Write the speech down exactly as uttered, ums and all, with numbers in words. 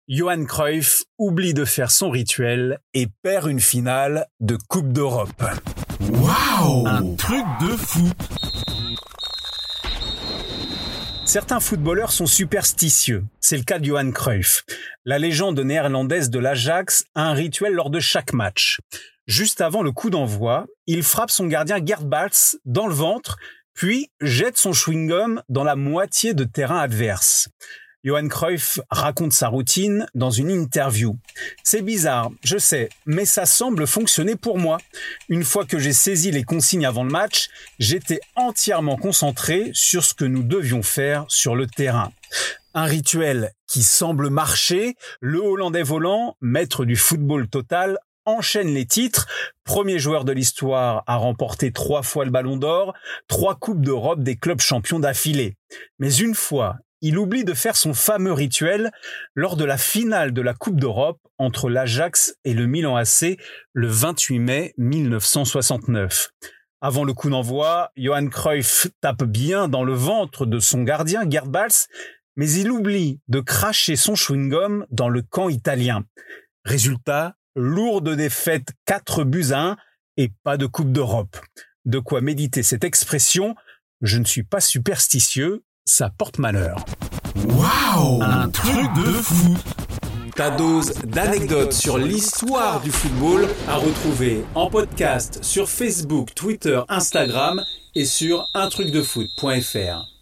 Johan Cruyff oublie de faire son rituel et perd une finale de Coupe d'Europe. Waouh! Un truc de fou! Certains footballeurs sont superstitieux. C'est le cas de Johan Cruyff. La légende néerlandaise de l'Ajax a un rituel lors de chaque match. Juste avant le coup d'envoi, il frappe son gardien Gerd Balz dans le ventre, puis jette son chewing-gum dans la moitié de terrain adverse. Johan Cruyff raconte sa routine dans une interview. C'est bizarre, je sais, mais ça semble fonctionner pour moi. Une fois que j'ai saisi les consignes avant le match, j'étais entièrement concentré sur ce que nous devions faire sur le terrain. Un rituel qui semble marcher, le Hollandais volant, maître du football total, enchaîne les titres, premier joueur de l'histoire à remporter trois fois le Ballon d'Or, trois Coupes d'Europe des clubs champions d'affilée. Mais une fois, il oublie de faire son fameux rituel lors de la finale de la Coupe d'Europe entre l'Ajax et le Milan A C le vingt-huit mai mille neuf cent soixante-neuf. Avant le coup d'envoi, Johan Cruyff tape bien dans le ventre de son gardien Gerd Balz, mais il oublie de cracher son chewing-gum dans le camp italien. Résultat, lourde défaite quatre buts à un et pas de Coupe d'Europe. De quoi méditer cette expression « Je ne suis pas superstitieux ». Ça porte malheur. Waouh! Un truc de fou! Ta dose d'anecdotes sur l'histoire du football à retrouver en podcast sur Facebook, Twitter, Instagram et sur un truc de foot point f r.